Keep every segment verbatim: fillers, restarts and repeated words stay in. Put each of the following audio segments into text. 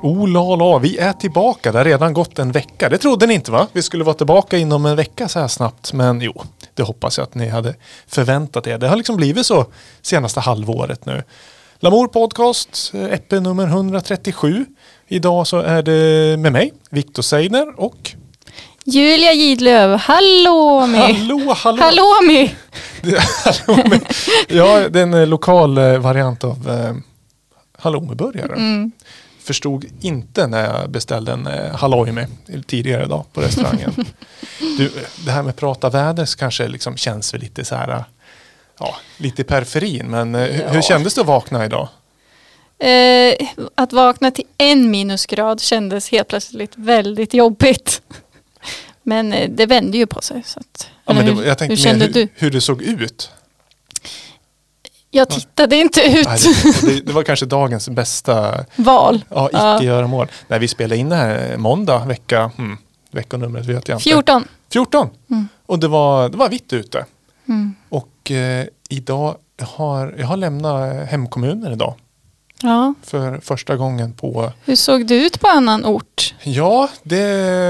Oh la la, vi är tillbaka. Det har redan gått en vecka. Det trodde ni inte va? Vi skulle vara tillbaka inom en vecka så här snabbt. Men jo, det hoppas jag att ni hade förväntat er. Det har liksom blivit så senaste halvåret nu. Lamour Podcast, epi nummer etthundratrettiosju. Idag så är det med mig, Victor Seidner och... Julia Gidlöv, hallå mi! Hallå, hallå! Hallå mi! Hallå mi! Ja, det är en lokal variant av eh, halloumiburgare. Mm. Förstod inte när jag beställde en eh, halloumi tidigare idag på restaurangen. Du, det här med prata väders kanske liksom känns väl lite så här, ja, lite i periferin. Men eh, ja. Hur kändes det att vakna idag? Eh, att vakna till en minusgrad kändes helt plötsligt väldigt jobbigt. Men eh, det vände ju på sig. Så att, ja, men det, hur, jag tänkte hur kände hur, du? Hur det såg ut. Jag tittade ja. inte ut. Nej, det, det var kanske dagens bästa val. Ja, icke-göramål. Ja. När vi spelade in det här måndag, vecka, hmm, veckonumret vet jag inte. fjorton. fjorton. Mm. Och det var, det var vitt ute. Mm. Och eh, idag har jag har lämnat hemkommunen idag. Ja. För första gången på... Hur såg det ut på annan ort? Ja, det,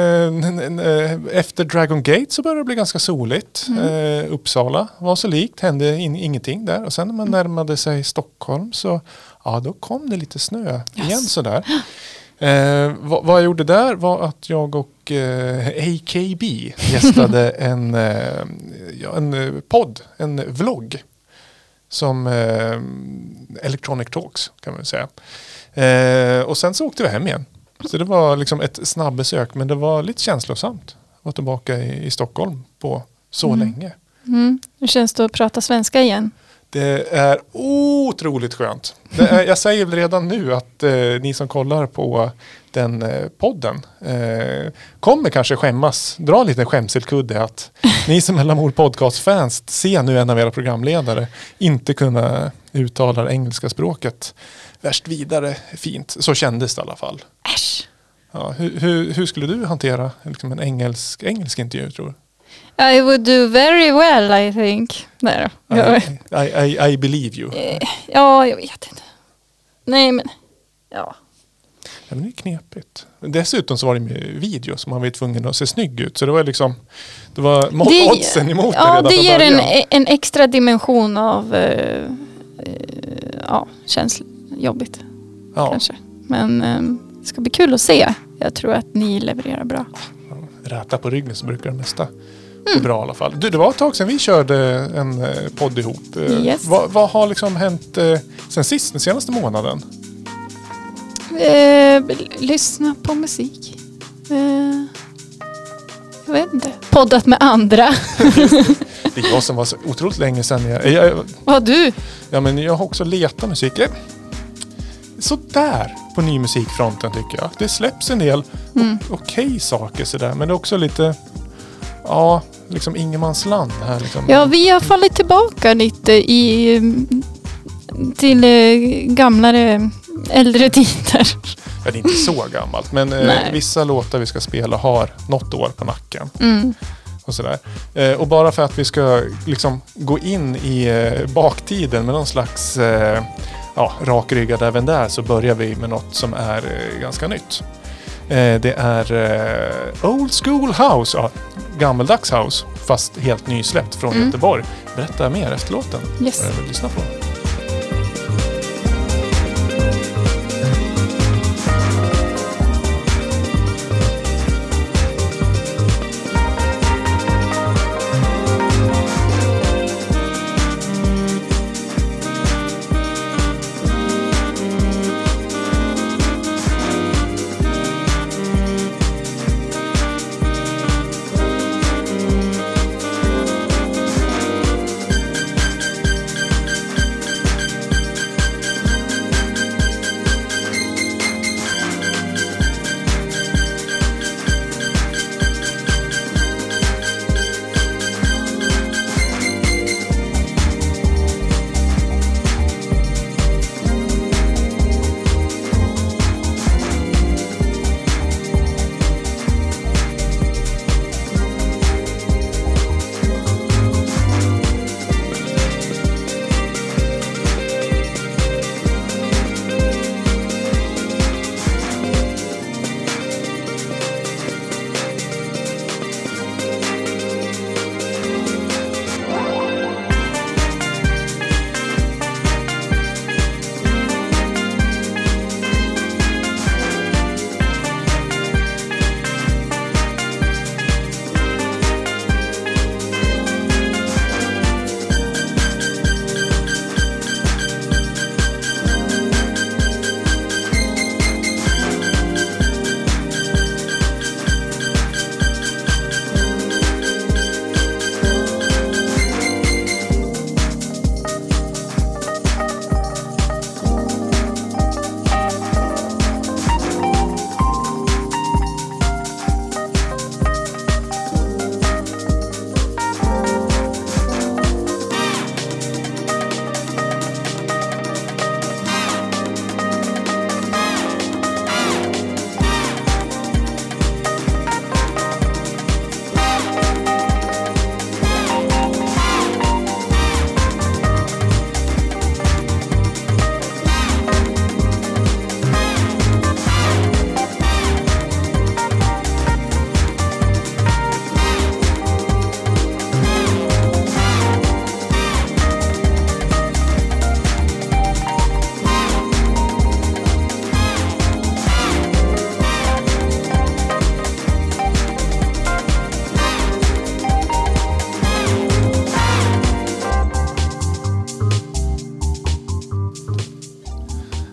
efter Dragon Gate så började det bli ganska soligt. Mm. Eh, Uppsala var så likt, hände in, ingenting där. Och sen när man närmade sig Stockholm så ja, då kom det lite snö yes. igen sådär. Eh, vad, vad jag gjorde där var att jag och eh, A K B gästade en, eh, ja, en podd, en vlogg. Som eh, Electronic Talks kan man säga. Eh, och sen så åkte vi hem igen. Så det var liksom ett snabbbesök. Men det var lite känslosamt att vara tillbaka i, i Stockholm på så mm. länge. Mm. Hur känns det att prata svenska igen? Det är otroligt skönt. Det är, jag säger väl redan nu att eh, ni som kollar på den eh, podden eh, kommer kanske skämmas, dra en liten skämselkudde att ni som är Lamour Podcast-fans ser nu en av era programledare inte kunna uttala det engelska språket värst vidare fint. Så kändes det i alla fall. Äsch. Ja, hur, hur, hur skulle du hantera liksom en engelsk, engelsk intervju tror du? I would do very well, I think. Nej då. I, I, I, I believe you. Ja, jag vet inte. Nej, men... Ja. Ja, men det är knepigt. Dessutom så var det med video som man var tvungen att se snygg ut. Så det var liksom... Det var må- det, oddsen emot ja, det redan det från ger början. en, en extra dimension av... Uh, uh, ja, känns jobbigt. Ja. Kanske. Men um, det ska bli kul att se. Jag tror att ni levererar bra. Ja, räta på ryggen så brukar det mesta... Mm. Bra i alla fall. Du, det var ett tag sedan vi körde en eh, podd ihop. Eh, yes. vad, vad har liksom hänt eh, sen sist, den senaste månaden? Eh, lyssna på musik. Eh, jag vet inte. Poddat med andra. Det är jag som var så otroligt länge sedan. Jag, jag, vad har du? Ja, men jag har också letat musik. Så där på ny musikfronten tycker jag. Det släpps en del mm. okej okay saker sådär. Men det är också lite... Ja, liksom ingenmansland här. Liksom. Ja, vi har fallit tillbaka lite i till gamlare, äldre tider. Ja, det är inte så gammalt. Men eh, vissa låtar vi ska spela har något år på nacken. Mm. Och sådär. Eh, och bara för att vi ska liksom gå in i eh, baktiden med någon slags eh, ja, rakryggad även där så börjar vi med något som är eh, ganska nytt. Det är uh, Old School House, ja, gammeldags house, fast helt nysläppt från mm. Göteborg. Berätta mer efter låten. Yes. Jag vill lyssna på.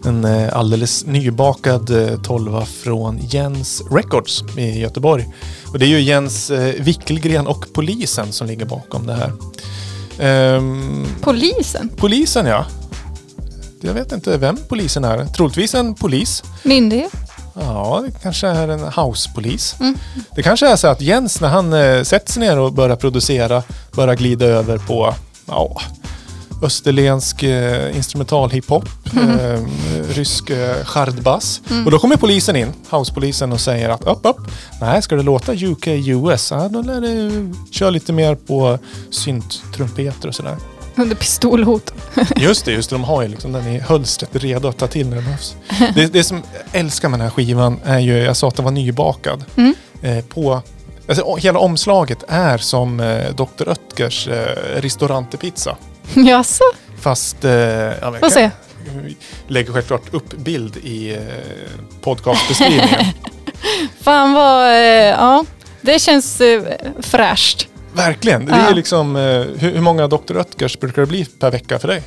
En eh, alldeles nybakad eh, tolva från Jens Records i Göteborg. Och det är ju Jens eh, Wickelgren och Polisen som ligger bakom det här. Ehm, polisen? Polisen, ja. Jag vet inte vem polisen är. Troligtvis en polis. Myndighet? Ja, det kanske är en housepolis. Mm. Det kanske är så att Jens, när han eh, sätter sig ner och börjar producera, börjar glida över på ja, österländsk eh, instrumental hiphop, mm. eh, rysk eh, chardbass. Mm. Och då kommer polisen in, housepolisen, och säger att upp, upp. Nej, ska det låta U K U S? Ja, då lär det köra lite mer på synt-trumpeter och sådär. Under pistolhot. Just det, just det. De har ju liksom den i hölstret redo att ta till när det behövs. Det, det som jag älskar med den här skivan är ju, jag sa att den var nybakad. Mm. Eh, på, alltså, hela omslaget är som eh, doktor Oetkers eh, restaurantepizza. Jaså? Fast, eh, ja, Får se. Lägger självklart upp bild i eh, podcastbeskrivningen. Fan vad, eh, ja, det känns eh, fräscht. Verkligen. Det är liksom, eh, hur, hur många doktor Oetkers brukar det bli per vecka för dig?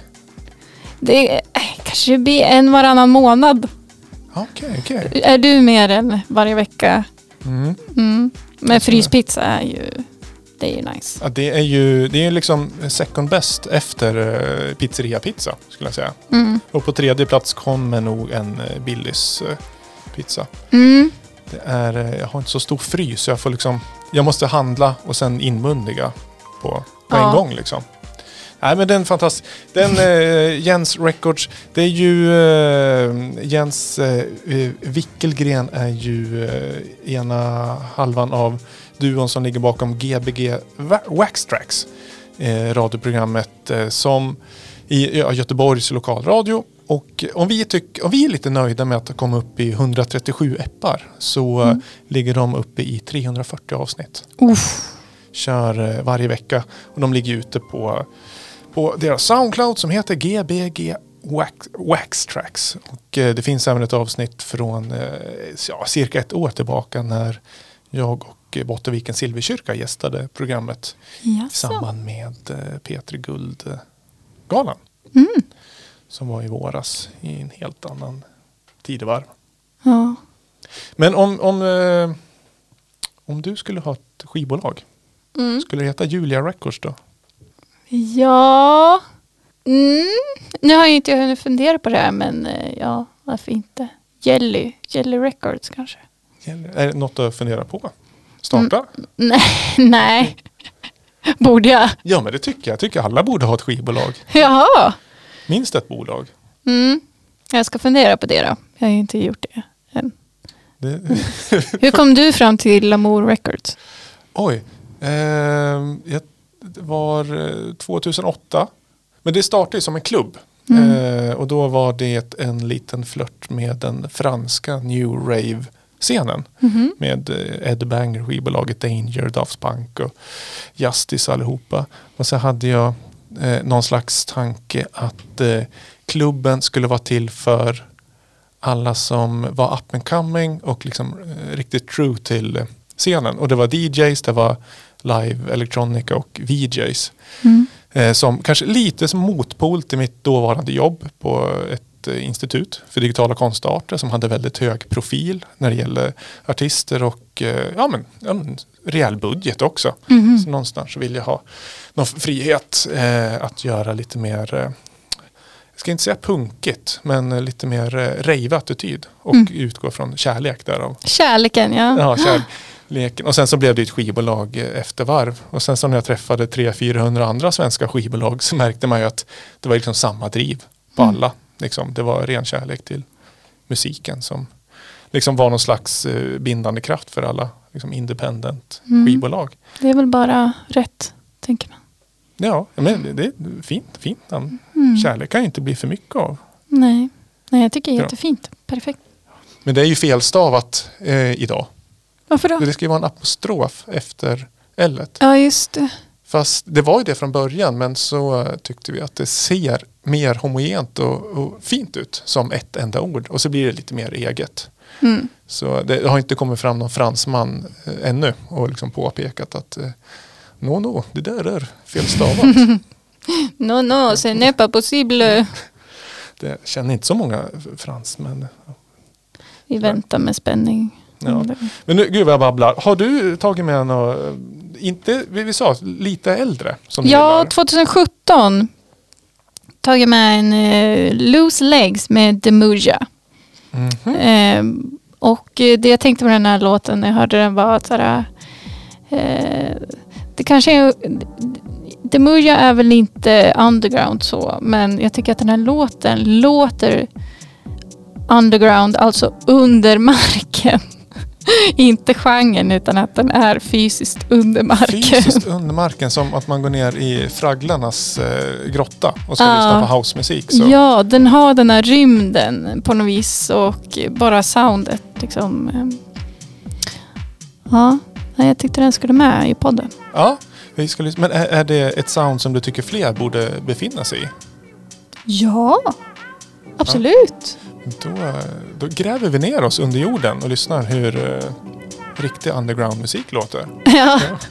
Det eh, kanske blir en varannan månad. Okej, okay, okej. Okay. Är du mer än varje vecka? Mm. Mm. Men fryspizza är ju, det är ju nice. Ja, det är ju det är liksom second best efter uh, pizzeria-pizza, skulle jag säga. Mm. Och på tredje plats kommer nog en uh, Billys uh, pizza. Mm. Det är, uh, jag har inte så stor frys, så jag får liksom, jag måste handla och sen inmundiga på, på ja. en gång liksom. Nej, men den fantastisk. Den uh, Jens Records, det är ju uh, Jens uh, Wickelgren är ju uh, ena halvan av duon som ligger bakom G B G Wax Tracks, eh, radioprogrammet eh, som i ja, Göteborgs lokalradio. Och om vi, tyck, om vi är lite nöjda med att komma upp i hundratrettiosju appar, så mm. ligger de uppe i trehundrafyrtio avsnitt. Uff. Kör eh, varje vecka, och de ligger ute på, på deras Soundcloud som heter G B G Wax, Wax Tracks. Och eh, det finns även ett avsnitt från eh, ja, cirka ett år tillbaka när jag och Bottenvikens Silverkyrka gästade programmet Jaså. I samband med uh, Peter Guld-galan. Mm. Som var i våras i en helt annan tidevarv. Ja. Men om, om, uh, om du skulle ha ett skivbolag, mm. skulle det heta Julia Records då? Ja. Mm. Nu har jag inte hunnit fundera på det här, men uh, ja, varför inte? Jelly, Jelly Records kanske. Jelly. Är det något att fundera på? Starta? Mm, nej, nej. Borde jag? Ja, men det tycker jag. Jag tycker alla borde ha ett skivbolag. Jaha. Minst ett bolag. Mm. Jag ska fundera på det då. Jag har ju inte gjort det än. Det... Hur kom du fram till Lamour Records? Oj. Eh, jag, det var tjugohundraåtta. Men det startade som en klubb. Mm. Eh, och då var det en liten flört med den franska New Rave scenen mm-hmm. med Ed Banger, skivbolaget Danger, Daft Punk och Justice allihopa. Och så hade jag eh, någon slags tanke att eh, klubben skulle vara till för alla som var up and coming och liksom eh, riktigt true till eh, scenen. Och det var D Js, det var live electronica och V Js. Mm. Eh, som kanske lite som motpol till mitt dåvarande jobb på ett institut för digitala konstarter som hade väldigt hög profil när det gäller artister och ja, men, ja, men rejäl budget också. Mm. Så någonstans vill jag ha någon frihet eh, att göra lite mer, eh, jag ska inte säga punkigt, men lite mer eh, rave-attityd och mm. utgå från kärlek därav. Kärleken, ja. Ja, kärleken. Och sen så blev det ett skivbolag efter varv. Och sen så när jag träffade tre hundra till fyrahundra andra svenska skivbolag så märkte man ju att det var liksom samma driv på mm. alla. Liksom, det var ren kärlek till musiken som liksom var någon slags uh, bindande kraft för alla liksom independent mm. skivbolag. Det är väl bara rätt, tänker man. Ja, men det, det är fint. fint. Mm. Kärlek kan ju inte bli för mycket av. Nej, Nej jag tycker det är jättefint. Perfekt. Men det är ju felstavat eh, idag. Varför då? Det ska ju vara en apostrof efter L-et. Ja, just det. Fast det var ju det från början, men så tyckte vi att det ser mer homogent och, och fint ut som ett enda ord. Och så blir det lite mer eget. Mm. Så det har inte kommit fram någon fransman eh, ännu och liksom påpekat att eh, no, no, det där är felstavat. no, no, c'est n'est pas possible. Jag känner inte så många fransmän. Vi väntar med spänning. Ja. Men nu, gud vad jag babblar. Har du tagit med något, inte, vi sa lite äldre? Som ja, tjugohundrasjutton tagit med en uh, Loose Legs med Demuja. Mm-hmm. Uh, och det jag tänkte på den här låten när jag hörde den var att såhär, uh, det kanske är, Demuja är väl inte underground så, men jag tycker att den här låten låter underground, alltså under marken. Inte genren, utan att den är fysiskt under marken. Fysiskt under marken, som att man går ner i Fragglarnas eh, grotta och ska ja. lyssna på housemusik. Så. Ja, den har den här rymden på något vis och bara soundet. Liksom. Ja, jag tyckte den skulle med i podden. Ja, vi ska lyssna. Men är, är det ett sound som du tycker fler borde befinna sig i? Ja, absolut. Ja. Då, då gräver vi ner oss under jorden och lyssnar hur uh, riktig underground-musik låter. Ja. Ja.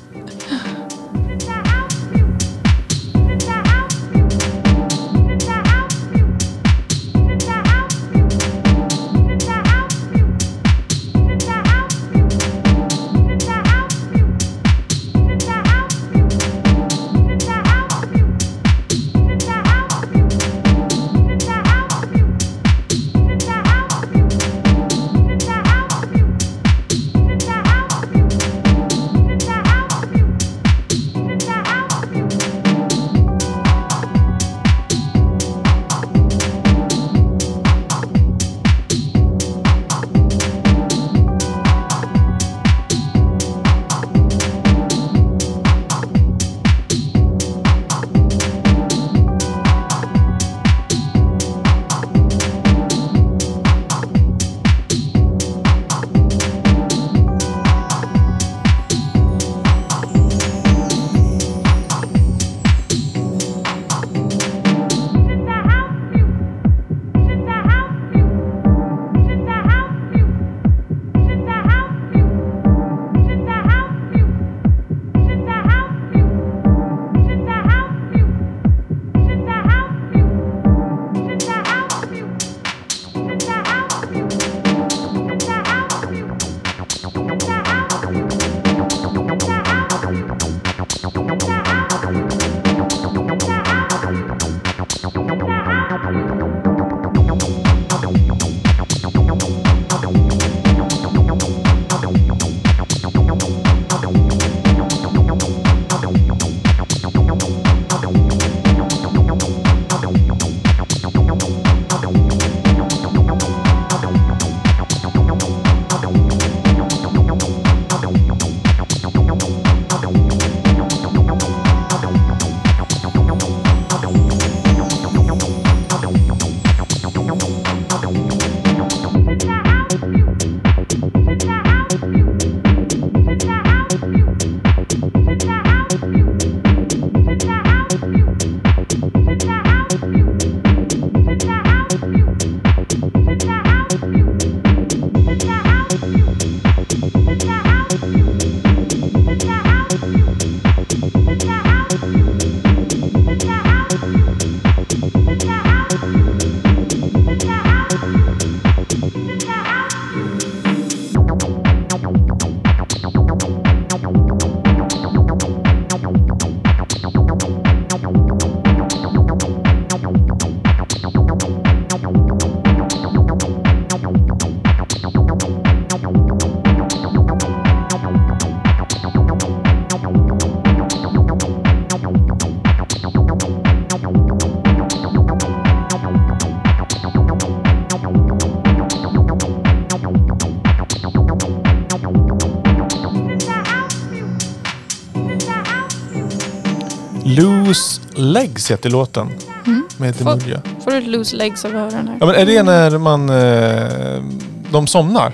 Loose Legs heter låten. Mm. Med Demuja. Får, får du Loose Legs av höra den här? Ja, men är det när man eh, de somnar?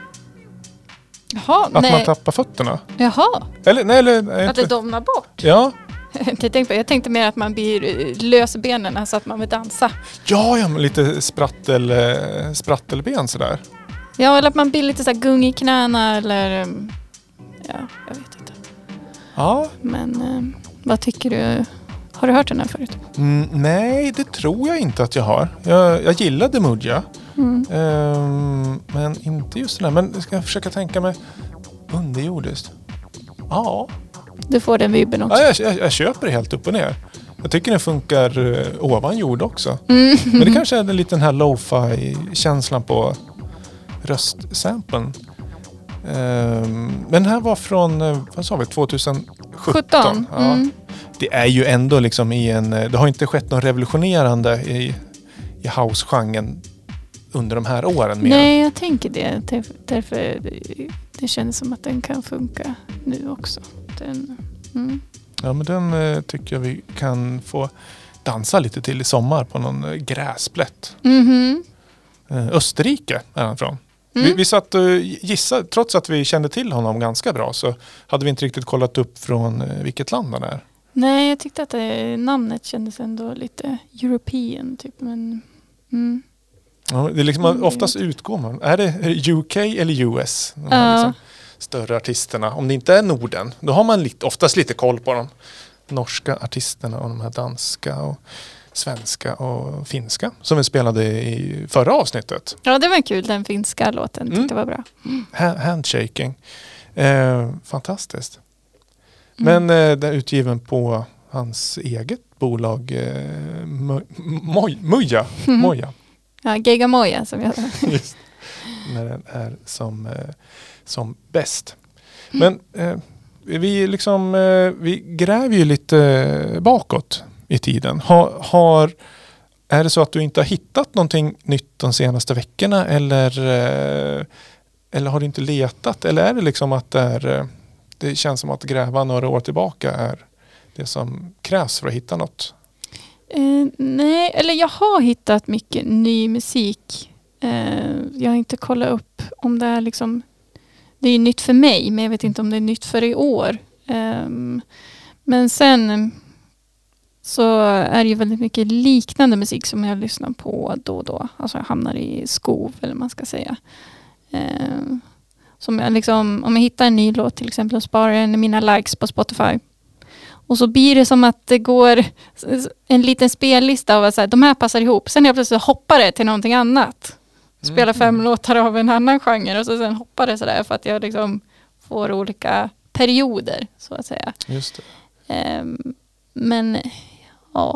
Jaha, att nej. man tappar fötterna? Jaha. Eller, nej, eller, nej, att det domnar bort? Ja. jag, tänkte, jag tänkte mer att man blir lös benen så att man vill dansa. Ja, ja, lite sprattel, sprattelben sådär. Ja, eller att man blir lite så här gung i knäna eller... Ja, jag vet inte. Ja. Men vad tycker du? Har du hört den här förut? Mm, nej, det tror jag inte att jag har. Jag, jag gillade Mudja. Mm. Um, men inte just den här. Men ska jag försöka tänka mig underjordiskt. Ja. Du får den vibben också. Ja, jag, jag, jag köper det helt upp och ner. Jag tycker den funkar uh, ovan jord också. Mm. Men det kanske är lite den här lo-fi-känslan på röstsamplen. Um, men den här var från, uh, vad sa vi, tjugosjutton. sjutton. Ja. Mm. Det är ju ändå liksom i en, det har inte skett något revolutionerande i, i house-genren under de här åren. Mer. Nej, jag tänker det. Därför, därför det, det känns som att den kan funka nu också. Den, mm. Ja, men den eh, tycker jag vi kan få dansa lite till i sommar på någon eh, gräsplätt. Mm-hmm. Eh, Österrike är han från. Mm. Vi, vi satt och gissade, trots att vi kände till honom ganska bra så hade vi inte riktigt kollat upp från eh, vilket land han är. Nej, jag tyckte att det, namnet kändes ändå lite European typ, men mm. Ja, det är liksom, Mm. oftast utgår man. Är det U K eller U S? De Ja. här liksom större artisterna. Om det inte är Norden, då har man lite, oftast lite koll på de norska artisterna och de här danska och svenska och finska som vi spelade i förra avsnittet. Ja, det var kul, den finska låten. Mm. Tyckte det var bra. Ha- Handshaking. Eh, fantastiskt. Mm. Men eh, den är utgiven på hans eget bolag eh, Mo- Moj- Muja. Moja. Ja, Gigamoja som jag Just. När den är som, eh, som bäst. Men eh, vi, liksom, eh, vi gräver ju lite bakåt i tiden. Ha, har, är det så att du inte har hittat någonting nytt de senaste veckorna eller, eh, eller har du inte letat? Eller är det liksom att det, är, eh, det känns som att gräva några år tillbaka är det som krävs för att hitta något? Eh, nej, eller jag har hittat mycket ny musik. Eh, jag har inte kollat upp om det är liksom... Det är ju nytt för mig, men jag vet inte om det är nytt för i år. Eh, men sen så är det ju väldigt mycket liknande musik som jag lyssnar på då och då. Alltså jag hamnar i skov, eller man ska säga. Eh, som jag liksom, om jag hittar en ny låt till exempel och sparar den i mina likes på Spotify. Och så blir det som att det går en liten spellista av att så här, de här passar ihop. Sen jag plötsligt hoppar det till någonting annat. Spelar fem mm. låtar av en annan genre och så sen hoppar det sådär för att jag liksom får olika perioder så att säga. Just det. Um, men ja.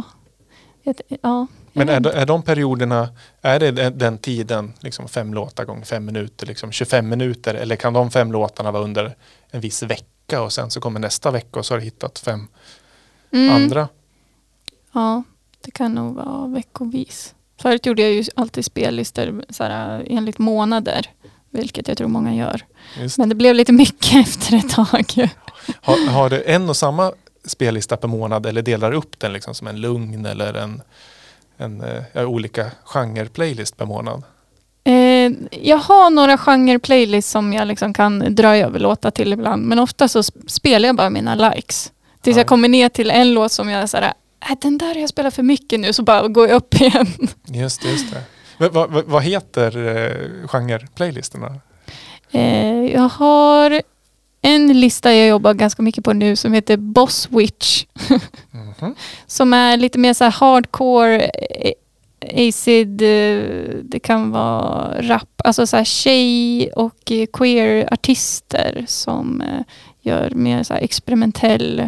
ja men är de, är de perioderna, är det den, den tiden, liksom fem låtar gånger fem minuter, liksom tjugofem minuter, eller kan de fem låtarna vara under en viss vecka och sen så kommer nästa vecka och så har du hittat fem mm. andra? Ja, det kan nog vara veckovis. Förut gjorde jag ju alltid spellistor såhär, enligt månader, vilket jag tror många gör. Just. Men det blev lite mycket efter ett tag. Har, har du en och samma spellista per månad eller delar upp den liksom som en lugn eller en, en ja, olika genre-playlist per månad? Eh, jag har några genre-playlists som jag liksom kan dra överlåta till ibland. Men ofta så spelar jag bara mina likes. Tills ja. jag kommer ner till en låt som jag är såhär, äh, den där jag spelar för mycket nu, så bara går jag upp igen. Just det, just det. Men, vad, vad, vad heter eh, genre-playlisterna? Eh, jag har en lista jag jobbar ganska mycket på nu som heter Boss Witch. mm-hmm. Som är lite mer så här hardcore, acid, det kan vara rap, alltså så här tjej och queer artister som gör mer så här experimentell,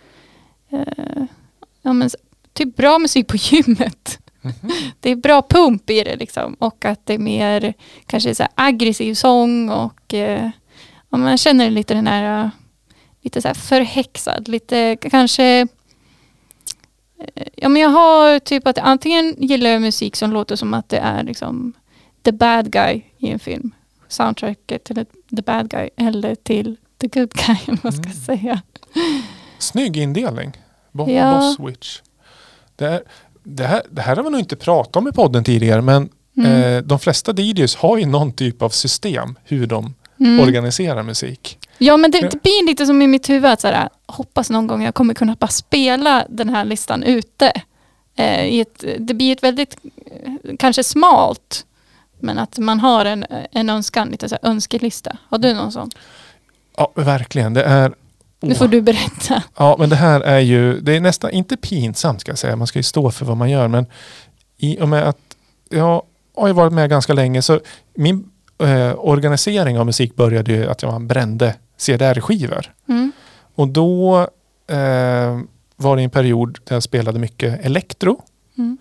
eh, ja men typ bra musik på gymmet. Mm-hmm. Det är bra pump i det liksom, och att det är mer kanske så här aggressiv sång och eh, ja, man känner lite den här lite så här förhäxad, lite kanske ja men jag har typ att antingen gillar jag musik som låter som att det är liksom the bad guy i en film, soundtracket till the bad guy eller till the good guy, vad ska jag säga. Snygg indelning. Bo- ja. Boss Witch. Det, är, det, här, det här har vi nog inte pratat om i podden tidigare, men mm. eh, de flesta D Js har ju någon typ av system hur de mm. organiserar musik. Ja, men det, det blir lite som i mitt huvud att så här, hoppas någon gång jag kommer kunna bara spela den här listan ute. Eh, i ett, det blir ett väldigt eh, kanske smalt, men att man har en, en önskan, lite så här önskelista. Har du någon sån? Ja, verkligen. Det är Nu får du berätta. Ja, men det här är ju, det är nästan inte pinsamt ska jag säga. Man ska ju stå för vad man gör. Men i och med att jag har ju varit med ganska länge så min eh, organisering av musik började ju att jag brände C D R-skivor. Mm. Och då eh, var det en period där jag spelade mycket elektro mm.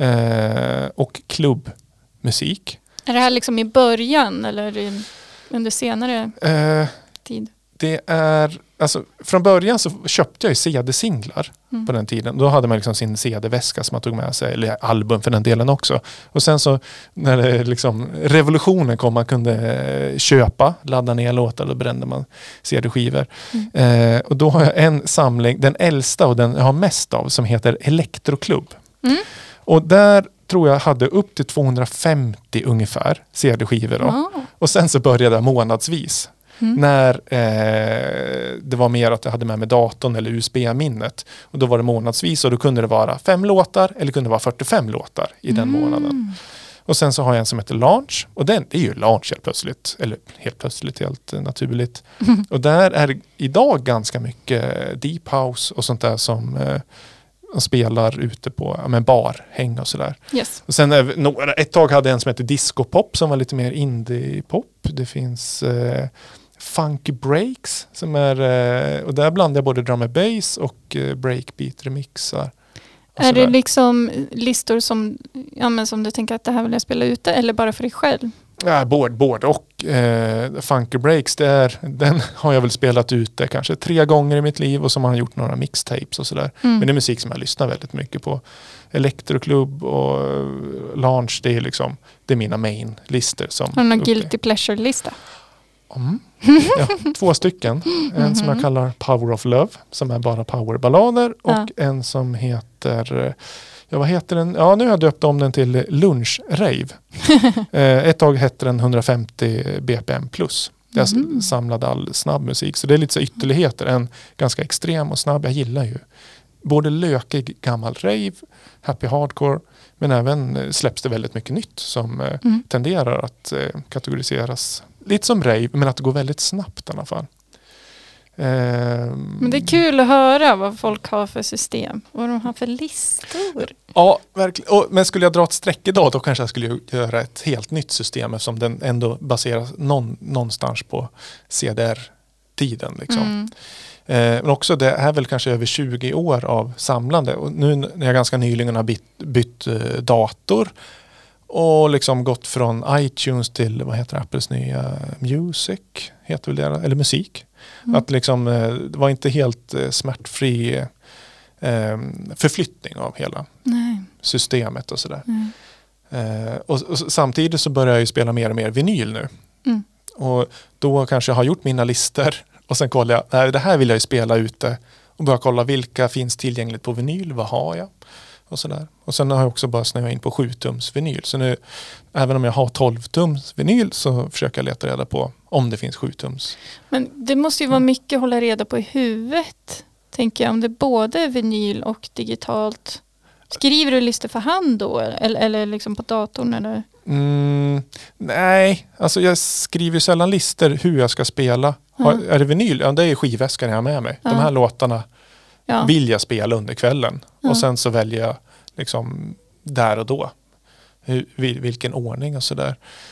eh, och klubbmusik. Är det här liksom i början eller i, under senare eh, tid? Det är, alltså från början så köpte jag ju C D-singlar mm. på den tiden. Då hade man liksom sin C D-väska som man tog med sig, eller album för den delen också. Och sen så när det liksom, revolutionen kom, man kunde köpa, ladda ner låtar, då brände man C D-skivor. Mm. Eh, och då har jag en samling, den äldsta och den jag har mest av, som heter Elektroklubb. Mm. Och där tror jag hade upp till tvåhundrafemtio ungefär C D-skivor. Då. Oh. Och sen så började jag månadsvis. Mm. När eh, det var mer att jag hade med mig datorn eller U S B-minnet. Och då var det månadsvis och då kunde det vara fem låtar eller kunde det vara fyrtiofem låtar i den mm. månaden. Och sen så har jag en som heter Launch. Och den är ju Launch helt plötsligt. Eller helt plötsligt, helt naturligt. Mm. Och där är idag ganska mycket deep house och sånt där som eh, spelar ute på ja, men bar, häng och sådär. Yes. Och sen några, ett tag hade jag en som heter Disco Pop som var lite mer indie-pop. Det finns eh, Funky Breaks som är, eh, och där blandar jag både drum and bass och eh, breakbeat remixar. Är det liksom listor som, ja, men som du tänker att det här vill jag spela ute eller bara för dig själv? Ja, både, både och. Eh, Funky Breaks, det är, den har jag väl spelat ute kanske tre gånger i mitt liv och som har gjort några mixtapes och sådär. Mm. Men det är musik som jag lyssnar väldigt mycket på. Elektroklubb och Launch, det är liksom, det är mina main-listor. Som har du någon guilty pleasure-lista? Mm. Ja, två stycken. En mm-hmm. som jag kallar Power of Love, som är bara powerballader, och ja. en som heter, ja vad heter den? Ja, nu har jag döpt om den till Lunchrave. eh, ett tag hette den hundrafemtio B P M plus. Jag mm. samlade all snabb musik, så det är lite så ytterligheter. En ganska extrem och snabb. Jag gillar ju både lökig gammal rave, happy hardcore, men även släpps det väldigt mycket nytt som eh, mm. tenderar att eh, kategoriseras lite som rave, men att det går väldigt snabbt i alla fall. Um, men det är kul att höra vad folk har för system. Vad de har för listor. Ja, verkligen. Och, men skulle jag dra ett streck idag, då kanske jag skulle göra ett helt nytt system eftersom den ändå baseras någon, någonstans på C D R-tiden. Liksom. Mm. Eh, men också det är väl kanske över tjugo år av samlande. Och nu när jag ganska nyligen har bytt, bytt eh, dator och liksom gått från iTunes till, vad heter Apples nya Music, heter väl det, eller musik. Mm. Att liksom, det var inte helt smärtfri eh, förflyttning av hela Nej. systemet och sådär. Mm. Eh, och, och samtidigt så börjar jag ju spela mer och mer vinyl nu. Mm. Och då kanske jag har gjort mina listor och sen kollar jag, nej det här vill jag ju spela ute och börja kolla vilka finns tillgängligt på vinyl, vad har jag? Och sådär. Och sen har jag också bara snöat in på sju tums vinyl. Så nu, även om jag har tolv tums vinyl så försöker jag leta reda på om det finns sju tums. Men det måste ju vara mycket att hålla reda på i huvudet. Tänker jag, om det både är vinyl och digitalt. Skriver du listor för hand då? Eller, eller liksom på datorn? Eller? Mm, nej, alltså jag skriver sällan listor hur jag ska spela. Har, mm. Är det vinyl? Ja, det är skivväskan jag har med mig. Mm. De här låtarna ja. vill jag spela under kvällen. Mm. Och sen så väljer jag liksom där och då. Hur, vilken ordning och sådär.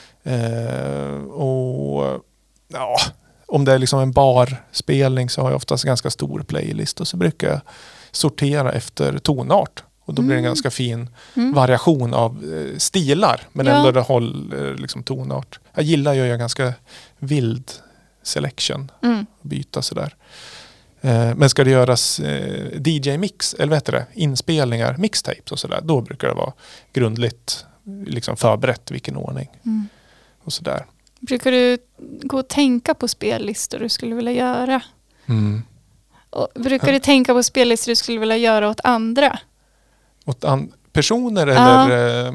Eh, och ja, om det är liksom en barspelning så har jag oftast ganska stor playlist. Och så brukar jag sortera efter tonart. Och då blir det en ganska fin mm. variation av eh, stilar. Men ja. ändå det håller liksom tonart. Jag gillar ju jag ganska vild selection. Mm. Byta sådär. Eh, men ska det göras eh, D J-mix, eller vad heter det? Inspelningar, mixtapes och sådär. Då brukar det vara grundligt liksom förberett vilken ordning. Mm. Och sådär. Brukar du gå och tänka på spellistor du skulle vilja göra? Mm. Och brukar du tänka på spellistor du skulle vilja göra åt andra? Åt an- personer eller... Ja.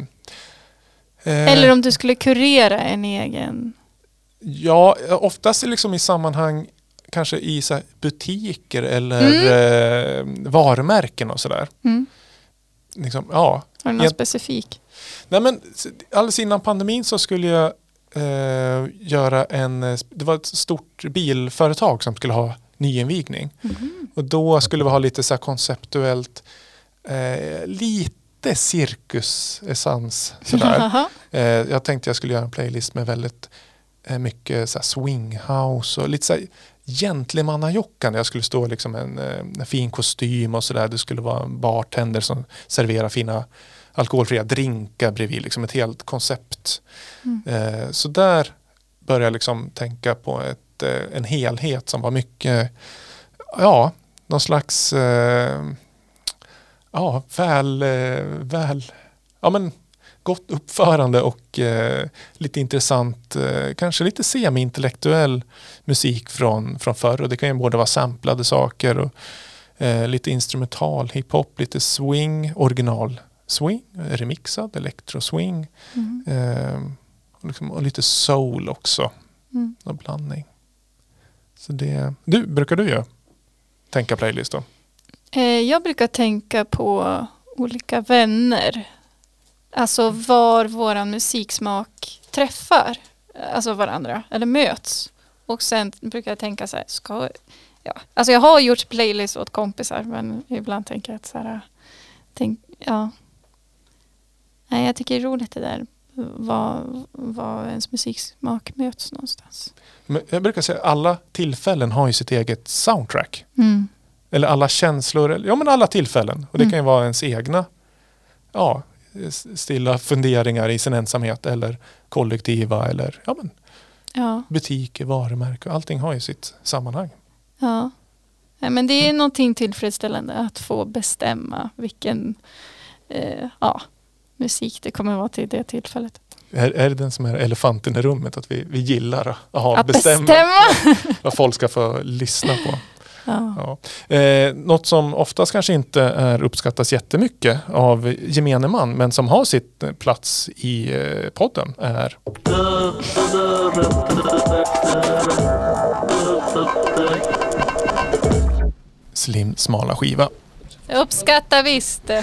Eh, eller om du skulle kurera en egen... Ja, oftast liksom i sammanhang kanske i så här butiker eller mm. eh, varumärken och sådär. Mm. Liksom, ja. Har du någon jag, specifik? Nej men alldeles innan pandemin så skulle jag eh, göra en... Det var ett stort bilföretag som skulle ha nyinvigning. Mm. Och då skulle vi ha lite så här konceptuellt, eh, lite cirkusessens sådär. eh, jag tänkte jag skulle göra en playlist med väldigt eh, mycket så här swinghouse och lite så här gentlemannajockan. Jag skulle stå liksom en, en fin kostym och sådär. Det skulle vara en bartender som serverar fina alkoholfria drinkar bredvid. Liksom ett helt koncept. Mm. Eh, så där började jag liksom tänka på ett, eh, en helhet som var mycket, ja, någon slags eh, ja, väl, eh, väl, ja men gott uppförande och eh, lite intressant, eh, kanske lite semi-intellektuell musik från, från förr. Och det kan ju både vara samplade saker och eh, lite instrumental hiphop, lite swing, original swing, remixad, electro-swing Mm. eh, och, liksom, och lite soul också. Mm. En blandning. Så det, du, brukar du göra? Tänka playlist då? Eh, jag brukar tänka på olika vänner. Alltså var våran musiksmak träffar alltså varandra eller möts. Och sen brukar jag tänka så här, ska, ja. Alltså jag har gjort playlist åt kompisar, men ibland tänker jag att så här, tänk, ja. Nej, jag tycker det är roligt det där, vad, vad ens musiksmak möts någonstans. Men jag brukar säga att alla tillfällen har ju sitt eget soundtrack. Mm. Eller alla känslor, eller, ja men alla tillfällen. Och det Mm. kan ju vara ens egna, ja, stilla funderingar i sin ensamhet eller kollektiva eller ja, men, Ja. butiker, varumärken. Allting har ju sitt sammanhang. Ja. Nej, men det är någonting tillfredsställande att få bestämma vilken eh, ja, musik det kommer vara till det tillfället. Är, är det den som är elefanten i rummet? Att vi, vi gillar att, ha, Att bestämma, bestämma! vad folk ska få lyssna på. Ja. Ja. Eh, något som oftast kanske inte är uppskattas jättemycket av gemene man, men som har sitt plats i eh, podden är Slim smala skiva. Jag uppskattar visst det.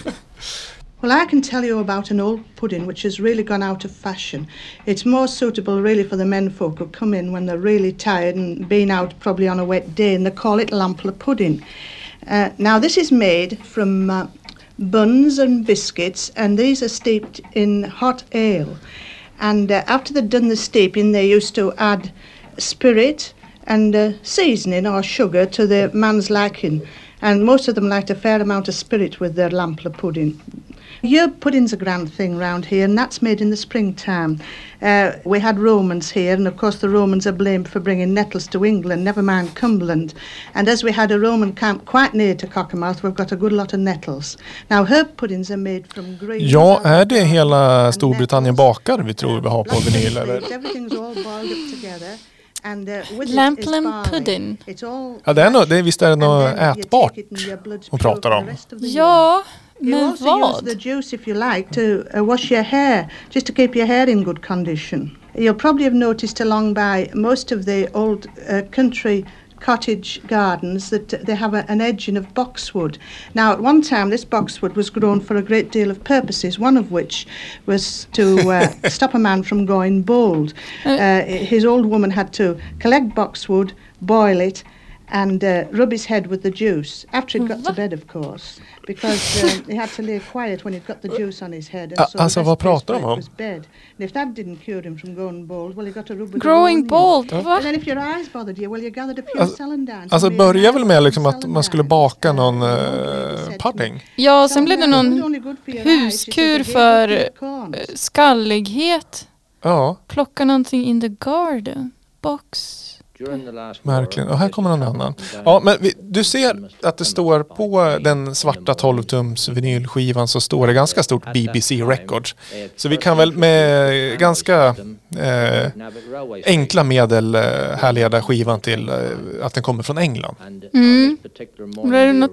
Well, I can tell you about an old pudding which has really gone out of fashion. It's more suitable really for the men folk who come in when they're really tired and been out probably on a wet day, and they call it Lamplugh pudding. Uh, now this is made from uh, buns and biscuits, and these are steeped in hot ale. And uh, after they've done the steeping, they used to add spirit and uh, seasoning or sugar to the man's liking. And most of them liked a fair amount of spirit with their Lamplugh pudding. Yerb pudding's a grand thing round here, and that's made in the springtime. Uh, we had Romans here, and of course the Romans are blamed for bringing nettles to England, never mind Cumberland. And as we had a Roman camp quite near to Cockermouth, we've got a good lot of nettles. Now herb puddings are made from green... Ja, är det hela Storbritannien bakar vi tror vi har på vinyl? Eller? Everything's all boiled up together. And, uh, with it is Lamplugh barley. pudding. It's all Ja, det är nog, det är, visst är det något and then you ätbart take it and your blood's hon pure pratar for om. the rest of the year. Ja, You men also vad? use the juice if you like to uh, wash your hair, just to keep your hair in good condition. You'll probably have noticed along by most of the old uh, country cottage gardens that they have a, an edging of boxwood. Now at one time this boxwood was grown for a great deal of purposes, one of which was to uh, stop a man from going bald. Uh, his old woman had to collect boxwood, boil it, and uh, rub his head with the juice after he'd got to bed, of course, because uh, he had to lay quiet when he'd got the juice on his head. And Ah, so the alltså, best vad place pratar for de it om? was bed. And if that didn't cure him from going bald, well, he got to rub with Growing the onion. bold, va? And then if your eyes bothered you, well, you gathered a few Alltså- celandines. Alltså and made börjar an väl eye med from liksom att man skulle baka någon celandines. eh, pudding. Ja, sen blev det So, någon it was only good for your eyes. She said huskur it gave för you eh, corns. skallighet. Ja, Plocka någonting in the garden. Box. verkligen. Och här kommer en annan. Ja, men vi, du ser att det står på den svarta tolv tums vinylskivan så står det ganska stort B B C Records. Så vi kan väl med ganska eh, enkla medel eh, härleda skivan till eh, att den kommer från England. Mm. Då är det något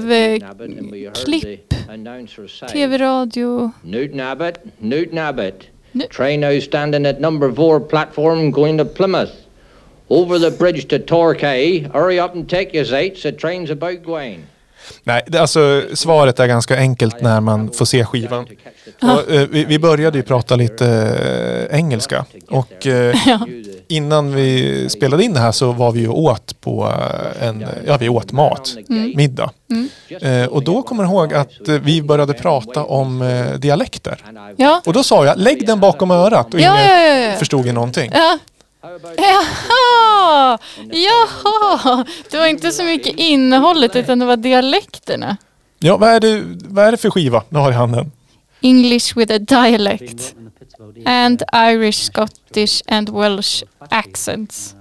tv-klipp. Tv-radio. Newton Abbott, Newton Abbott. Nu- Train now standing at number four platform going to Plymouth. Over the bridge to Torquay. Hurry up and take your seats. The train's about going. Nej, det, alltså svaret är ganska enkelt när man får se skivan. Och, eh, vi, vi började ju prata lite eh, engelska och eh, Ja. innan vi spelade in det här så var vi ju åt på en, ja vi åt mat, mm. middag. Mm. Eh, och då kommer jag ihåg att vi började prata om eh, dialekter. Ja. Och då sa jag, lägg den bakom örat och ja, ingen ja, ja, ja. förstod ju någonting. Ja. Jaha, jaha. Det var inte så mycket innehållet utan det var dialekterna. Ja, vad är det, vad är det för skiva du har i handen? English with a dialect and Irish, Scottish and Welsh accents.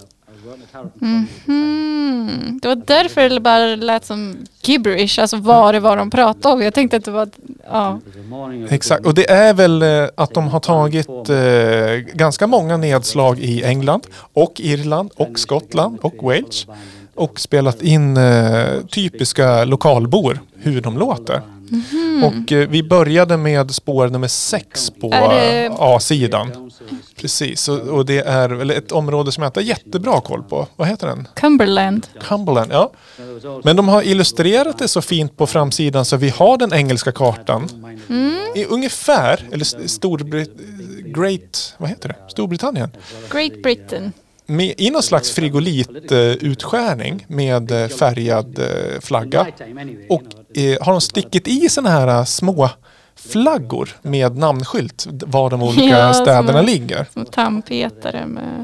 Mm-hmm. Det var därför det bara lät som gibberish, alltså vad det var de pratade om. Jag tänkte att det var, ja. Exakt, och det är väl eh, att de har tagit eh, ganska många nedslag i England och Irland och Skottland och Wales och spelat in eh, typiska lokalbor, hur de låter. Mm-hmm. Och eh, vi började med spår nummer sex på det... A-sidan. Precis, och, och det är väl ett område som jag inte har jättebra koll på. Vad heter den? Cumberland. Cumberland, ja. Men de har illustrerat det så fint på framsidan så vi har den engelska kartan. Mm. I ungefär, eller Storbrit... Great... Vad heter det? Storbritannien? Great Britain. Med, i någon slags frigolit-utskärning uh, med uh, färgad uh, flagga. Och uh, har de stickit i såna här uh, små flaggor med namnskylt var de olika ja, städerna som, ligger. Som tandpetare med...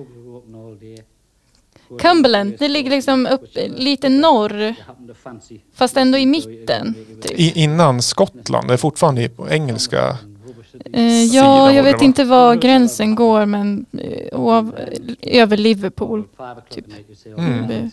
Cumberland, det ligger liksom upp lite norr fast ändå i mitten. Typ. I, innan Skottland, det är fortfarande på engelska... Uh, ja, jag vet inte var gränsen går, men uh, av, över Liverpool typ. Mm.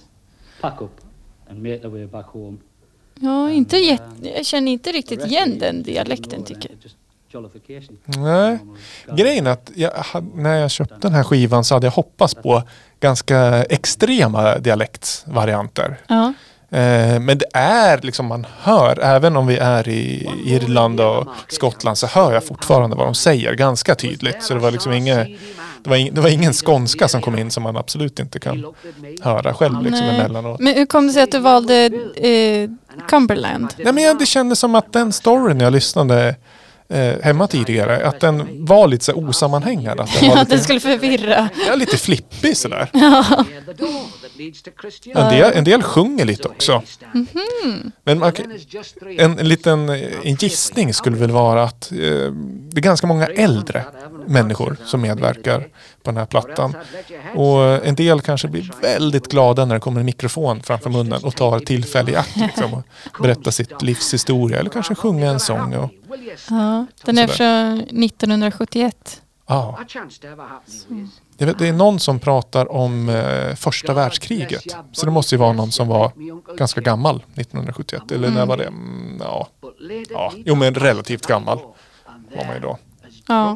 Ja, inte jätt, jag känner inte riktigt igen den dialekten tycker jag. Nej, grejen är att jag, när jag köpte den här skivan så hade jag hoppats på ganska extrema dialektvarianter. Ja. Eh, men det är liksom, man hör, även om vi är i Irland och Skottland så hör jag fortfarande vad de säger ganska tydligt. Så det var liksom inga, det var, ing, det var ingen skånska som kom in som man absolut inte kan höra själv liksom emellanåt. Men hur kom det sig att du valde eh, Cumberland? Nej, men det kändes som att den storyn jag lyssnade Eh, hemma tidigare, att den var lite så osammanhängande. Att den ja, var lite, den skulle förvirra. Ja, lite flippig sådär. Ja. En del, en del sjunger lite också. Mm-hmm. Men man, en, en liten en gissning skulle väl vara att eh, det är ganska många äldre människor som medverkar på den här plattan. Och en del kanske blir väldigt glada när det kommer en mikrofon framför munnen och tar tillfälle i akt liksom, och berättar sitt livshistoria eller kanske sjunga en sång. Och, ja, den är från nittonhundrasjuttioett. Ja. Jag vet, det är någon som pratar om eh, första världskriget. Så det måste ju vara någon som var ganska gammal nittonhundrasjuttioett. Eller när var det? Mm, ja. ja. Jo, men relativt gammal var man ju då. Ja.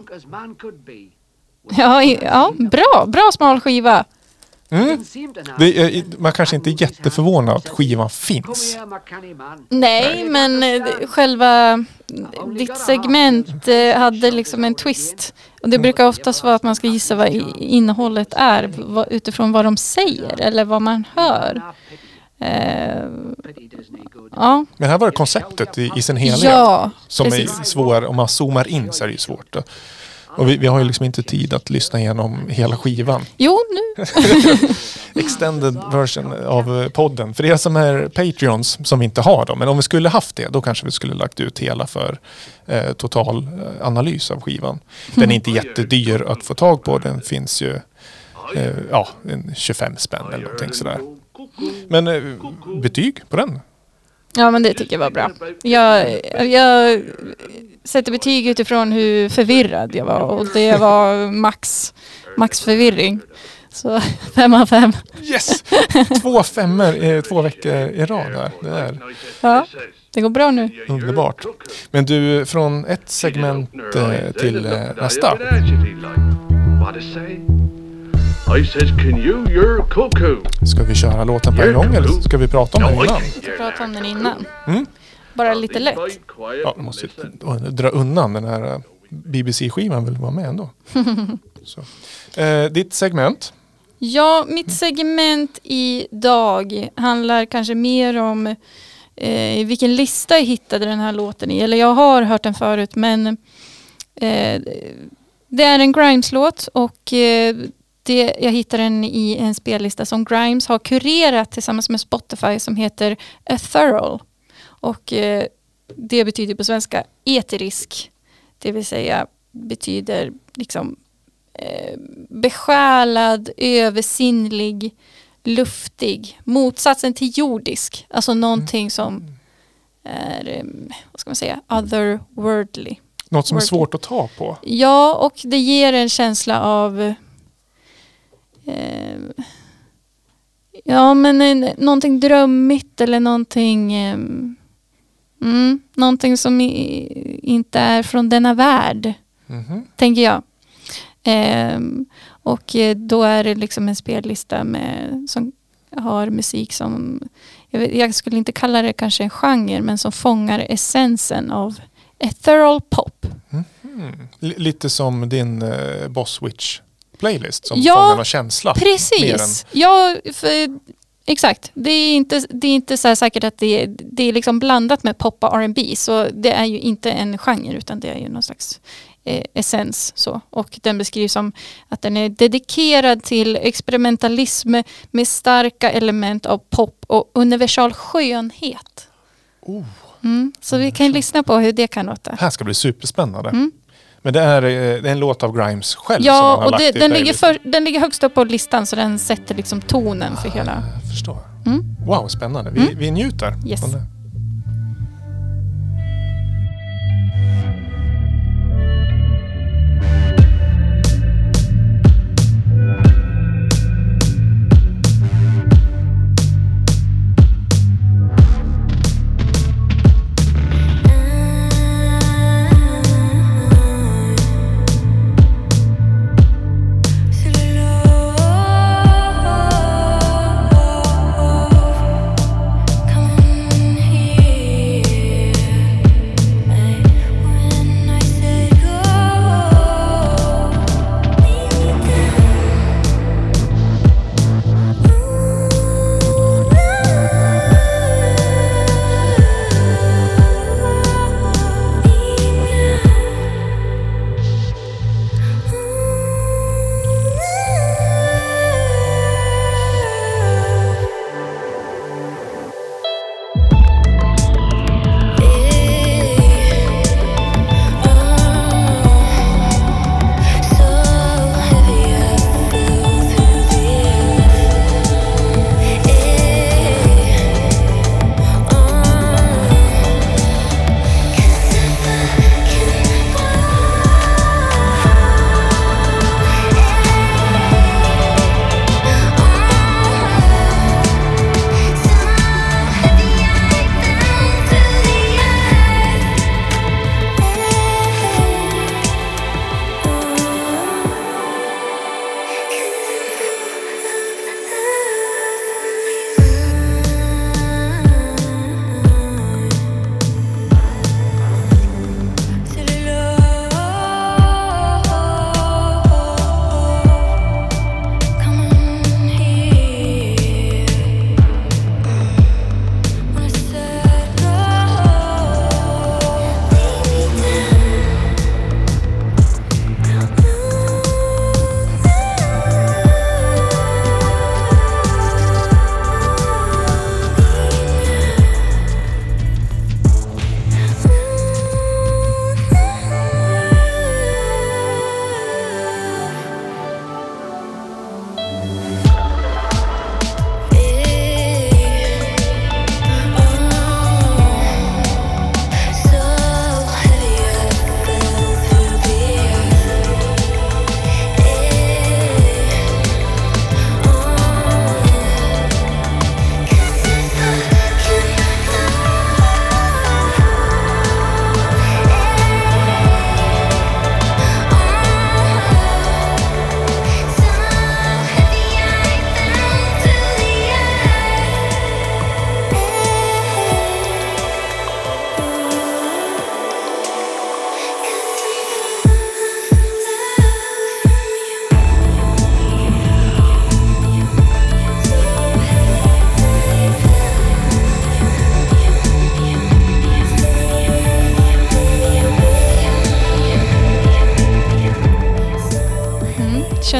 Ja, ja bra. Bra smal skiva. Mm. Det är, man kanske inte är jätteförvånad att skivan finns. Nej, men själva ditt segment hade liksom en twist. Och det brukar oftast vara att man ska gissa vad innehållet är utifrån vad de säger eller vad man hör. Uh, ja. Men här var det konceptet i, i sin helhet ja, som precis. är svår. Om man zoomar in så är det ju svårt. Och vi, vi har ju liksom inte tid att lyssna igenom hela skivan. Jo, nu. Extended version av podden. För er som är Patreons som inte har dem. Men om vi skulle haft det, då kanske vi skulle lagt ut hela för eh, total analys av skivan. Den är inte jättedyr att få tag på. Den finns ju eh, ja, en tjugofem spänn eller någonting sådär. Men eh, betyg på den? Ja, men det tycker jag var bra. Jag, jag sätter betyg utifrån hur förvirrad jag var. Och det var max, max förvirring. Så fem av fem. Yes! Två femmer två veckor i rad där. Det är. Ja, det går bra nu. Underbart. Men du, från ett segment till nästa. I says, can you, you're cuckoo. Ska vi köra låten på en gång eller ska vi prata om den innan? Vi ska prata om den innan. Mm? Bara lite lätt. Ja, jag måste dra undan den här B B C-skivan vill vara med ändå. Så. Eh, ditt segment? Ja, mitt segment idag handlar kanske mer om eh, vilken lista jag hittade den här låten i. Eller jag har hört den förut, men eh, det är en Grimes-låt och eh, det, jag hittade den i en spellista som Grimes har kurerat tillsammans med Spotify som heter Ethereal. Och eh, det betyder på svenska eterisk. Det vill säga betyder liksom eh, besjälad, översinnlig, luftig. Motsatsen till jordisk. Alltså någonting som är, eh, vad ska man säga, otherworldly. Något som Worldly. är svårt att ta på. Ja, och det ger en känsla av eh, ja, men en, någonting drömmigt eller någonting eh, mm, någonting som i, inte är från denna värld, Mm-hmm. tänker jag. Eh, och eh, då är det liksom en spellista med, som har musik som, jag, vet, jag skulle inte kalla det kanske en genre, men som fångar essensen av ethereal pop. Mm. L- lite som din uh, Boss Witch playlist som Ja, fångar någon känsla. Precis. Ja, för, exakt. Det är inte, det är inte så här säkert att det är, det är liksom blandat med pop och R and B, så det är ju inte en genre utan det är ju någon slags eh, essens. Så. Och den beskrivs som att den är dedikerad till experimentalism med starka element av pop och universal skönhet. Oh. Mm. Så vi kan lyssna på hur det kan låta. Det här ska bli superspännande. Mm. Men det är, eh, det är en låt av Grimes själv som han Ja, har och lagt det, i den, ligger playlisten. för, den ligger högst upp på listan, så den sätter liksom tonen för hela. Jag förstår. Mm. Wow, spännande. Vi, Mm. vi njuter. Yes. från det. Coming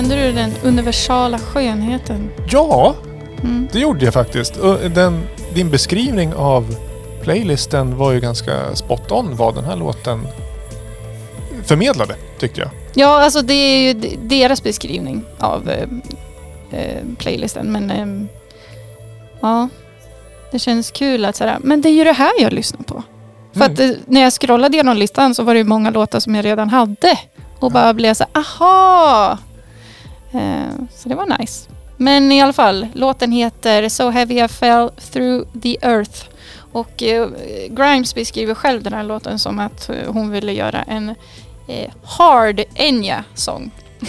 Kände du den universala skönheten? Ja, Mm. det gjorde jag faktiskt. Och Den, din beskrivning av playlisten var ju ganska spot on vad den här låten förmedlade, tyckte jag. Ja, alltså det är ju d- deras beskrivning av eh, eh, playlisten. Men eh, ja, det känns kul att sådär, men det är ju det här jag lyssnar på. För Mm. att eh, när jag scrollade igenom listan så var det ju många låtar som jag redan hade. Och bara blev så aha! Eh, så det var nice. Men i alla fall, låten heter So Heavy I Fell Through the Earth. Och eh, Grimes beskriver själv den här låten som att eh, hon ville göra en eh, hard Enya-sång.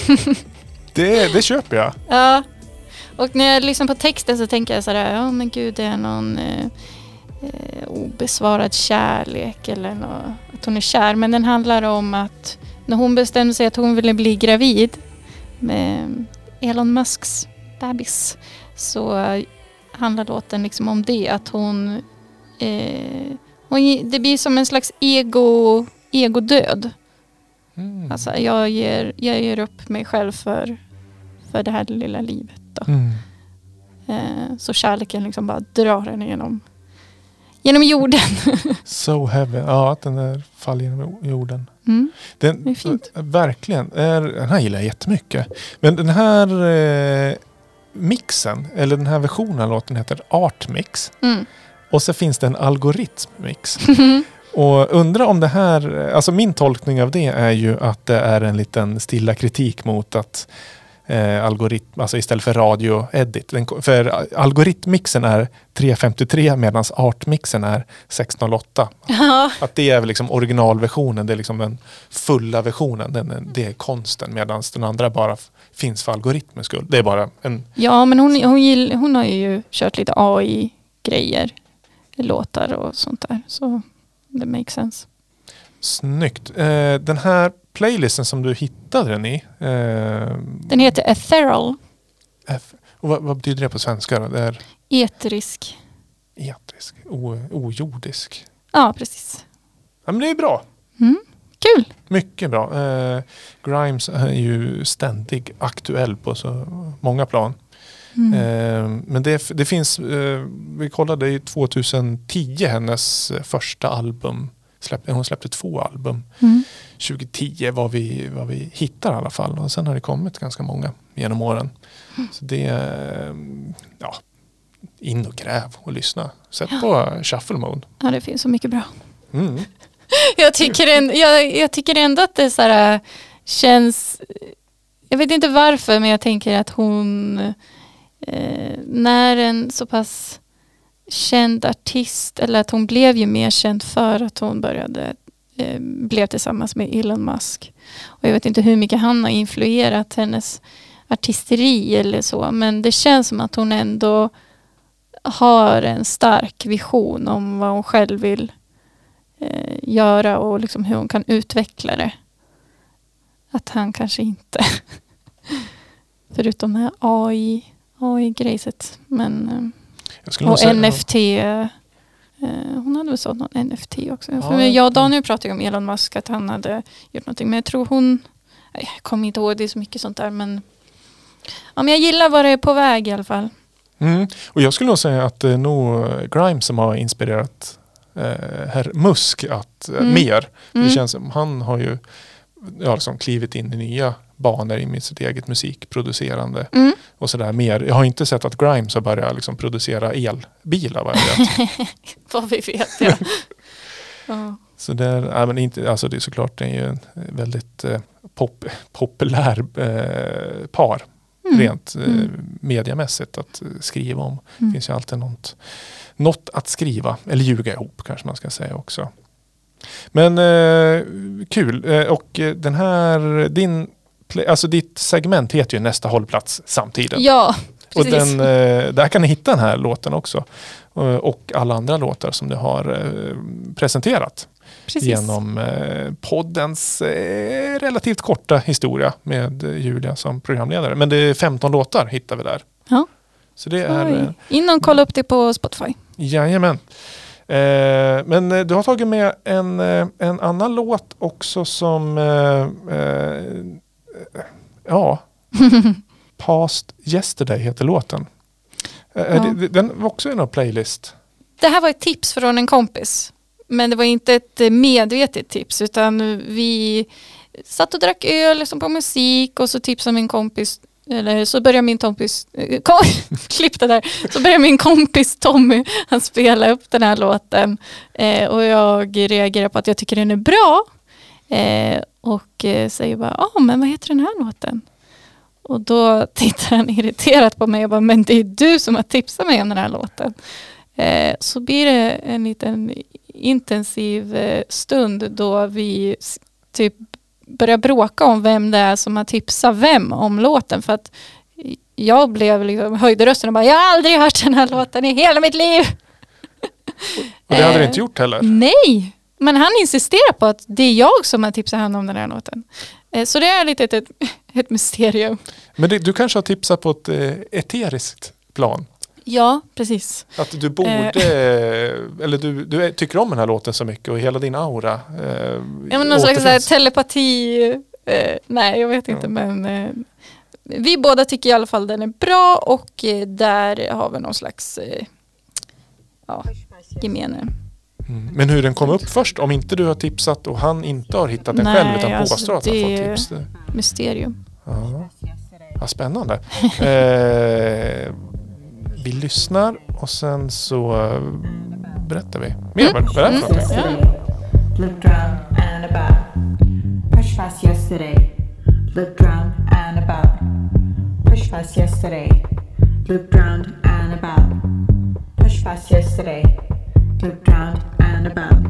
Det, det köper jag. Ja. Och när jag lyssnar på texten så tänker jag sådär, ja men gud, det är någon eh, eh, obesvarad kärlek eller något, att hon är kär. Men den handlar om att när hon bestämde sig att hon ville bli gravid med Elon Musks bebis, så eh, handlar låten liksom om det, att hon, eh, hon det blir som en slags ego, egodöd. Mm. Alltså jag ger, jag ger upp mig själv för, för det här lilla livet då. Mm. Eh, så kärleken liksom bara drar henne genom, genom jorden. So heavy. Ja, att den där faller genom jorden. Mm. Den, Det är fint. Verkligen. Är, den här gillar jag jättemycket. Men den här eh, mixen, eller den här versionen av låten heter Art Mix. Mm. Och så finns det en algoritmmix. Och undra om det här, alltså min tolkning av det är ju att det är en liten stilla kritik mot att eh, algoritm, alltså istället för radio-edit. Den, för algoritmmixen är tre femtiotre medan artmixen är sex noll åtta. Ja. Att det är väl liksom originalversionen, det är liksom den fulla versionen, den, det är konsten, medan den andra bara f- finns för algoritmens skull. Det är bara en... Ja, men hon, hon, gill, hon har ju kört lite A I-grejer, låtar och sånt där. Så det makes sense. Snyggt. Eh, den här playlisten som du hittade den i, eh, Den heter Ethereal, F, och vad, vad betyder det på svenska då? Det är eterisk. etrisk, o, ojordisk. Ja, precis. Ja, men det är bra. Mm. Kul. Mycket bra. Eh, Grimes är ju ständig aktuell på så många plan. Mm. Eh, men det, det finns, eh, vi kollade i tjugohundratio hennes första album. Släpp, hon släppte två album. Mm. tjugohundratio var vi, var vi hittar i alla fall. Och sen har det kommit ganska många genom åren. Mm. Så det är, ja, in och gräv och lyssna. Sätt på shuffle mode. Ja, det finns så mycket bra. Mm. Jag tycker, en, jag, jag tycker ändå att det så här känns... Jag vet inte varför, men jag tänker att hon... Eh, när en så pass känd artist, eller att hon blev ju mer känd för att hon började eh, blev tillsammans med Elon Musk. Och jag vet inte hur mycket han har influerat hennes artisteri eller så, men det känns som att hon ändå har en stark vision om vad hon själv vill eh, göra och liksom hur hon kan utveckla det. Att han kanske inte förutom det här A I A I-grejset, men Jag skulle nog och säga- N F T eh, hon hade väl sålt någon N F T också. Ja, För jag och mm. Daniel pratade om Elon Musk, att han hade gjort någonting, men jag tror hon, jag kommer inte ihåg, det är så mycket sånt där, men ja, men jag gillar vad det är på väg i alla fall. Mm. Och jag skulle nog säga att det är nog Grimes som har inspirerat eh, herr Musk att eh, Mm. mer. Mm. Det känns som han har ju ja, liksom klivit in i nya banor i sitt eget musikproducerande Mm. och sådär mer. Jag har inte sett att Grimes har börjat liksom producera elbilar, vad jag vet. Vad vi vet, ja. Ja. Så det är, ja, men inte, alltså det är såklart det är ju en väldigt eh, pop, populär eh, par. Mm. Rent eh, Mm. mediamässigt att eh, skriva om. Det Mm. finns ju alltid något, något att skriva. Eller ljuga ihop kanske man ska säga också. Men eh, kul. Eh, och eh, den här, din, play- alltså ditt segment heter ju Nästa hållplats samtidigt. Ja, och precis. den, eh, där kan ni hitta den här låten också. Eh, och alla andra låtar som du har eh, presenterat. precis. Genom eh, poddens eh, relativt korta historia med eh, Julia som programledare. Men det är femton låtar hittar vi där. Ja. Så det är, eh, Oj. In och kolla upp det på Spotify. jajamän. Eh, men eh, du har tagit med en, eh, en annan låt också som, eh, eh, ja, Past Yesterday heter låten. Ja. Det, den var också i någon playlist. Det här var ett tips från en kompis. Men det var inte ett medvetet tips, utan vi satt och drack öl liksom på musik och så tipsade min kompis, eller så började min kompis kom, klipp det där, så började min kompis Tommy, han spela upp den här låten eh, och jag reagerar på att jag tycker den är bra eh, och eh, säger bara, ja ah, men vad heter den här låten? Och då tittar han irriterat på mig och bara, men det är du som har tipsat mig om den här låten. Eh, så blir det en liten intensiv eh, stund då vi s- typ börjar bråka om vem det är som har tipsat vem om låten. För att jag blev liksom, höjde rösten och bara, jag har aldrig hört den här låten i hela mitt liv. Och det hade du inte gjort heller? Nej, men han insisterar på att det är jag som har tipsat honom om den här låten. Eh, så det är lite ett, ett, ett mysterium. Men det, du kanske har tipsat på ett eh, eteriskt plan? Ja, precis. Att du borde, eh. eller du, du tycker om den här låten så mycket och hela din aura eh, Ja, men någon slags så här, telepati, eh, nej jag vet inte, ja. men eh, vi båda tycker i alla fall den är bra och eh, där har vi någon slags eh, ja, gemene. Mm. Men hur den kom upp först, om inte du har tipsat och han inte har hittat den nej, själv utan alltså, påstår att han får tips. Det är mysterium. Ja, ja spännande. eh, Vi lyssnar och sen så uh, berättar vi mer mm. vad det är för någonting. Looked round and about. Pushed fast yesterday. Looked round and about. Pushed fast yesterday. Looked round and about. Pushed fast yesterday. Looked round and about.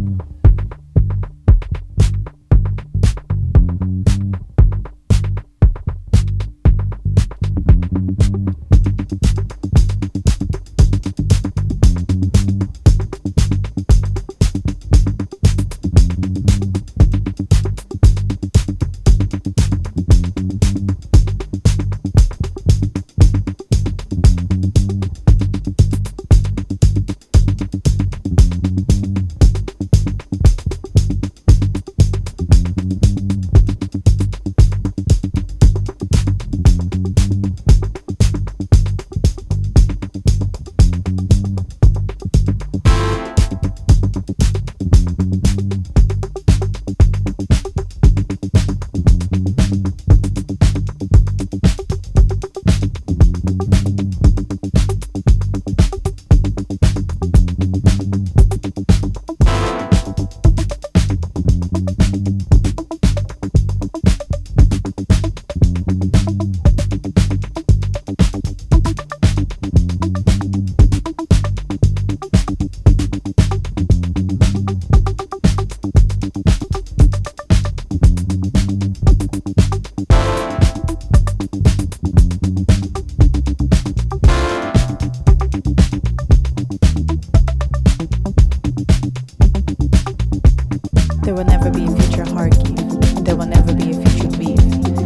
There will never be a future Kharkiv. There will never be a future Lviv.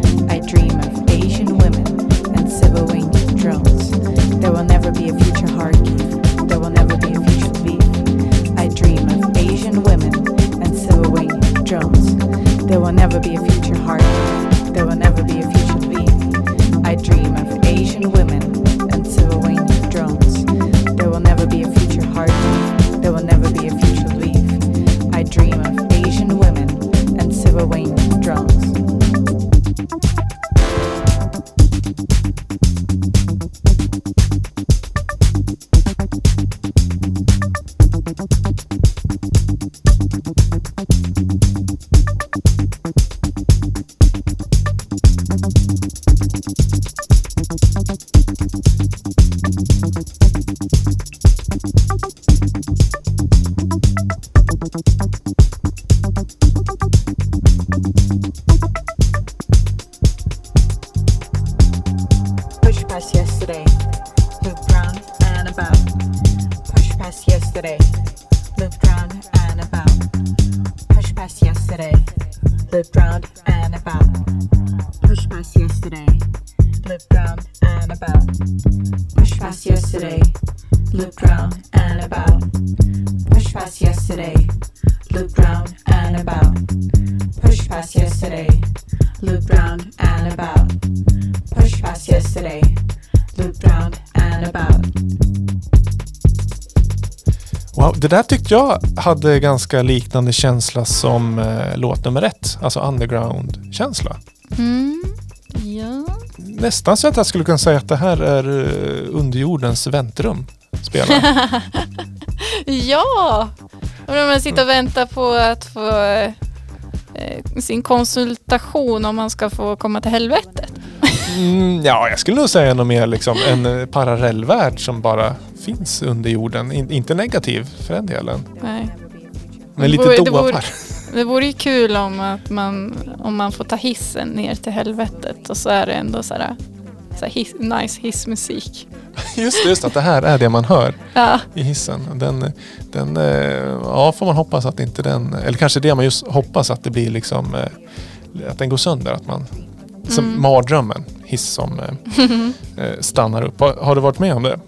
I dream of Asian women and silver-winged drones. There will never be a future Kharkiv. There will never be a future Lviv. I dream of Asian women and silver-winged drones. There will never be a future Kharkiv. There will never be a future Lviv. I dream of Asian women and silver-winged drones. There will never be a future Kharkiv. There will never be a future Lviv. I dream of Asian women and silver-winged drones. Push past yesterday, look round and about. Push past yesterday, look round and about. Push past yesterday, look round and about. Push past yesterday, look round and about. Push past yesterday, look round and about. Push past yesterday, look round and about. Push past yesterday, look round and about. past yesterday. Looked round and about. Wow, det där tyckte jag hade ganska liknande känsla som eh, låt nummer ett. Alltså underground-känsla. Mm. Ja. Nästan så att jag skulle kunna säga att det här är uh, underjordens väntrum spelar. Ja! Och när man sitter och väntar på att få eh, sin konsultation om man ska få komma till helvetet. Mm, ja, jag skulle nog säga något mer liksom en parallellvärld som bara finns under jorden. In, inte negativ för den delen. Nej. Men lite det vore, dåvar. det vore, det vore ju kul om, att man, om man får ta hissen ner till helvetet och så är det ändå så här, så här hiss, nice hissmusik. Just det, just att det här är det man hör Ja. i hissen. Den, den, ja, får man hoppas att inte den, eller kanske det man just hoppas att det blir liksom, att den går sönder. Att man, som Mm. mardrömmen, hiss som eh, stannar upp. Har, har du varit med om det?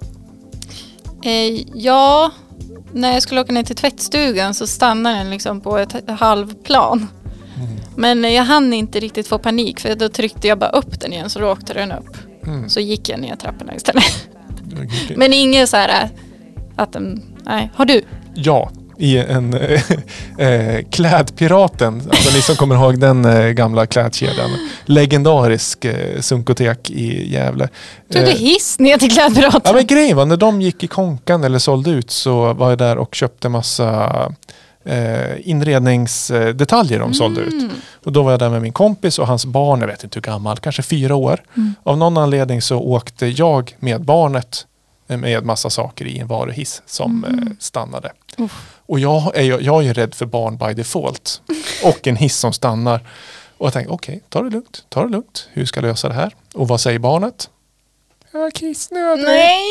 Eh, ja, när jag skulle åka ner till tvättstugan så stannade den liksom på ett halvplan. Mm. Men jag hann inte riktigt få panik för då tryckte jag bara upp den igen så då åkte den upp. Mm. Så gick jag ner trapporna istället. Okay. Men inget så här att den, nej, har du? Ja, i en äh, klädpiraten, alltså ni som kommer ihåg den äh, gamla klädkedjan, legendarisk äh, sunkotek i Gävle. Tog du hiss ner till klädpiraten? Ja, men grejen var, när de gick i konkan eller sålde ut så var jag där och köpte massa äh, inredningsdetaljer de sålde Mm. ut. Och då var jag där med min kompis och hans barn, jag vet inte hur gammal, kanske fyra år. Mm. Av någon anledning så åkte jag med barnet med massa saker i en varuhiss som Mm. eh, stannade. Uff. Och jag är, ju- jag är ju rädd för barn by default. Och en hiss som stannar. Och jag tänkte, okej, okay, ta det lugnt, ta det lugnt. Hur ska jag lösa det här? Och vad säger barnet? Jag är kissnödig. Nej!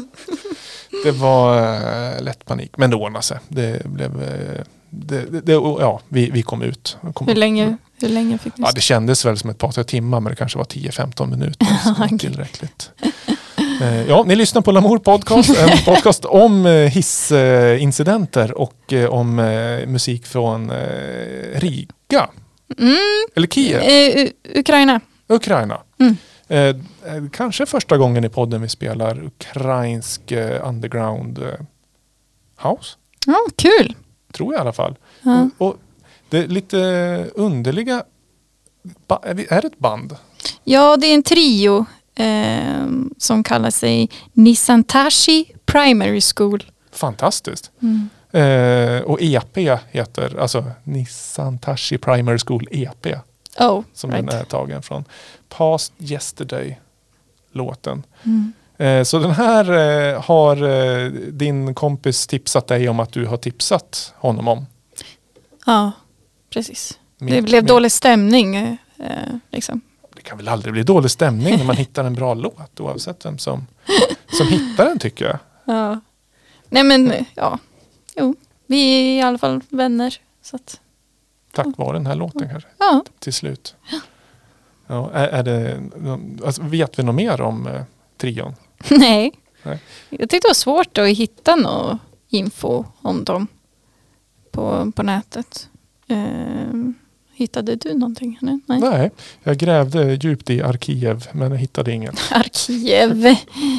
Det var eh, lätt panik, men det ordnade sig. Det blev, eh, det, det, det, ja, vi, vi kom ut. Kom Hur upp. länge, hur länge fick du Ja, det kändes väl som ett par tre timmar, men det kanske var tio femton minuter. Så det var Okej. tillräckligt. Eh, Ja, ni lyssnar på Lamour Podcast, en podcast om eh, hissincidenter och eh, om eh, musik från eh, Riga. Mm. Eller Kiev, Eh, U- Ukraina. Ukraina. Mm. Eh, eh, kanske första gången i podden vi spelar ukrainsk eh, underground eh, house. Ja, kul. Tror jag i alla fall. Ja. Och, och det är lite underliga, ba- är det ett band? Ja, det är en trio eh, som kallar sig Nisantashi Primary School. Fantastiskt. Mm. Eh, och E P heter, alltså Nisantashi Primary School E P. Oh, Som right. den är tagen från. Past Yesterday-låten. Mm. Eh, så den här eh, har eh, din kompis tipsat dig om att du har tipsat honom om. Ja, precis. Med- det blev med- dålig stämning. Eh, liksom. Det kan väl aldrig bli dålig stämning när man hittar en bra låt oavsett vem som, som hittar den, tycker jag. Ja. Nej men, ja. Jo, vi är i alla fall vänner. Så att, Tack vare den här låten kanske ja. till slut. Ja, är, är det, alltså, vet vi något mer om eh, trion? Nej. Nej. Jag tyckte det var svårt att hitta någon info om dem på, på nätet. Eh, hittade du någonting? Nej. Nej. Nej, jag grävde djupt i arkiv men jag hittade ingen. Arkiv.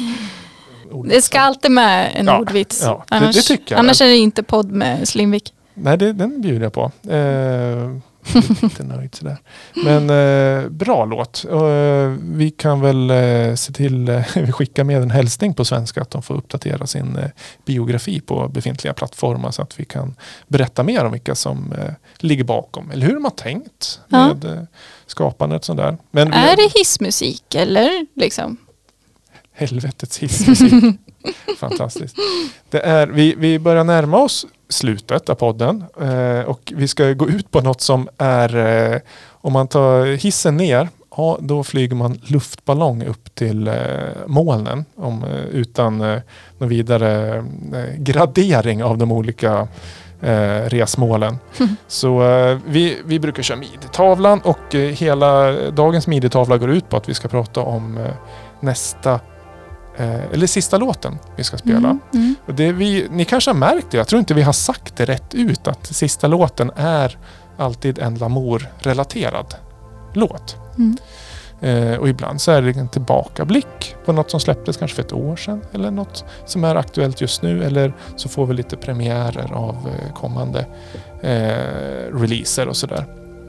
Det ska alltid med en Ja, ordvits. ja, det- annars det tycker jag. annars är det inte podd med Slimvik. Nej, det, den bjuder jag på. Eh, lite nöjd sådär. Men eh, bra låt. Eh, vi kan väl eh, se till, eh, vi skickar med en hälsning på svenska att de får uppdatera sin eh, biografi på befintliga plattformar så att vi kan berätta mer om vilka som eh, ligger bakom. Eller hur de har tänkt Ja. med eh, skapandet sådär. Men vi, Är det hissmusik eller liksom? helvetets hissmusik. Fantastiskt. Det är, vi, vi börjar närma oss slutet av podden eh, och vi ska gå ut på något som är, eh, om man tar hissen ner, ja, då flyger man luftballong upp till eh, molnen om, eh, utan eh, någon vidare eh, gradering av de olika eh, resmålen. Så eh, vi, vi brukar köra midtavlan och eh, hela dagens midtavla går ut på att vi ska prata om eh, nästa Eh, eller sista låten vi ska spela. Mm, mm. Och det vi, ni kanske har märkt det, jag tror inte vi har sagt det rätt ut, att sista låten är alltid en Lamour-relaterad låt. Mm. Eh, och ibland så är det en tillbakablick på något som släpptes kanske för ett år sedan. Eller något som är aktuellt just nu. Eller så får vi lite premiärer av eh, kommande eh, releaser och sådär.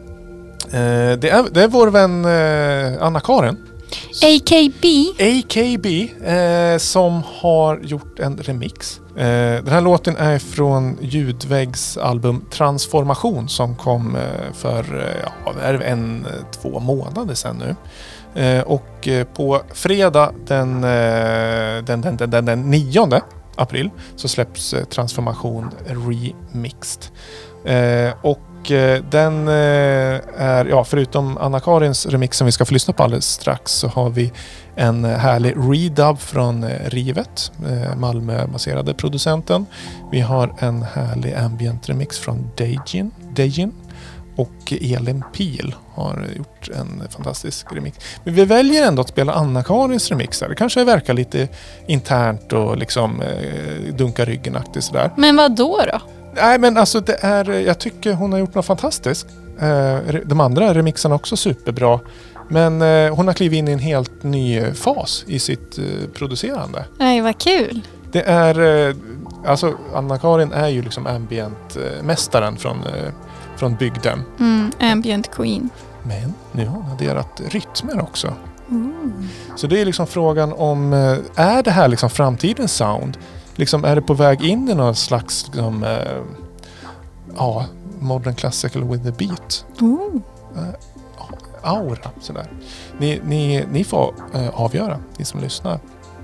Eh, det, är, det är vår vän eh, Anna-Karin. A K B. A K B eh, som har gjort en remix. Eh, den här låten är från Ljudväggs album Transformation som kom eh, för eh, ja, är det en, två månader sedan nu. Eh, och eh, på fredag den, eh, den, den, den, den, den nionde april så släpps eh, Transformation Remixed. Eh, och den är, ja, förutom Anna-Karins remix som vi ska få lyssna på alldeles strax så har vi en härlig redub från Rivet, Malmö-baserade producenten. Vi har en härlig ambient remix från Dejin, Dejin och Elin Pil har gjort en fantastisk remix. Men vi väljer ändå att spela Anna-Karins remixar. Det kanske verkar lite internt och liksom eh, dunka ryggen-aktigt sådär. Men vad då då? Nej, men alltså det är, jag tycker hon har gjort något fantastiskt. Eh, de andra remixarna också superbra. Men eh, hon har klivit in i en helt ny fas i sitt eh, producerande. Nej, vad kul. Det är, eh, alltså Anna-Karin är ju liksom ambient-mästaren från, eh, från bygden. Mm, ambient queen. Men nu har hon adderat rytmer också. Mm. Så det är liksom frågan om, eh, är det här liksom framtidens sound? Liksom, är det på väg in i någon slags liksom, eh, ja, modern classical with the beat? Mm. Eh, aura, sådär. Ni, ni, ni får eh, avgöra, ni som lyssnar.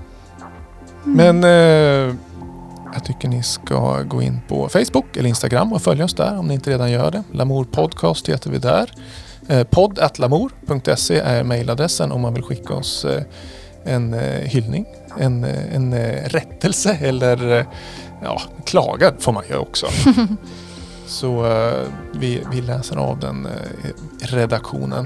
Mm. Men eh, jag tycker ni ska gå in på Facebook eller Instagram och följa oss där om ni inte redan gör det. Lamour Podcast heter vi där. Eh, podd at lamour punkt se är mejladressen om man vill skicka oss eh, en eh, hyllning. En, en eh, rättelse eller eh, ja, klagad får man ju också. Så eh, vi, vi läser av den eh, redaktionen.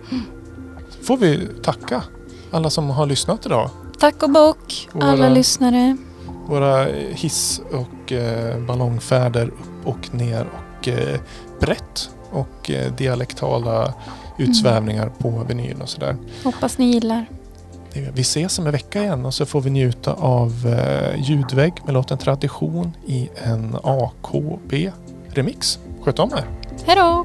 Får vi tacka alla som har lyssnat idag. Tack och bock, våra, alla lyssnare. Våra hiss- och eh, ballongfärder upp och ner och eh, brett och eh, dialektala utsvävningar mm. på vinyl och sådär. Hoppas ni gillar. Vi ses om en vecka igen och så får vi njuta av eh, Ljudvägg med låten Tradition i en A K B-remix. Sköt om er! Hej då!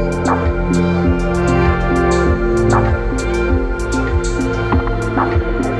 Bye.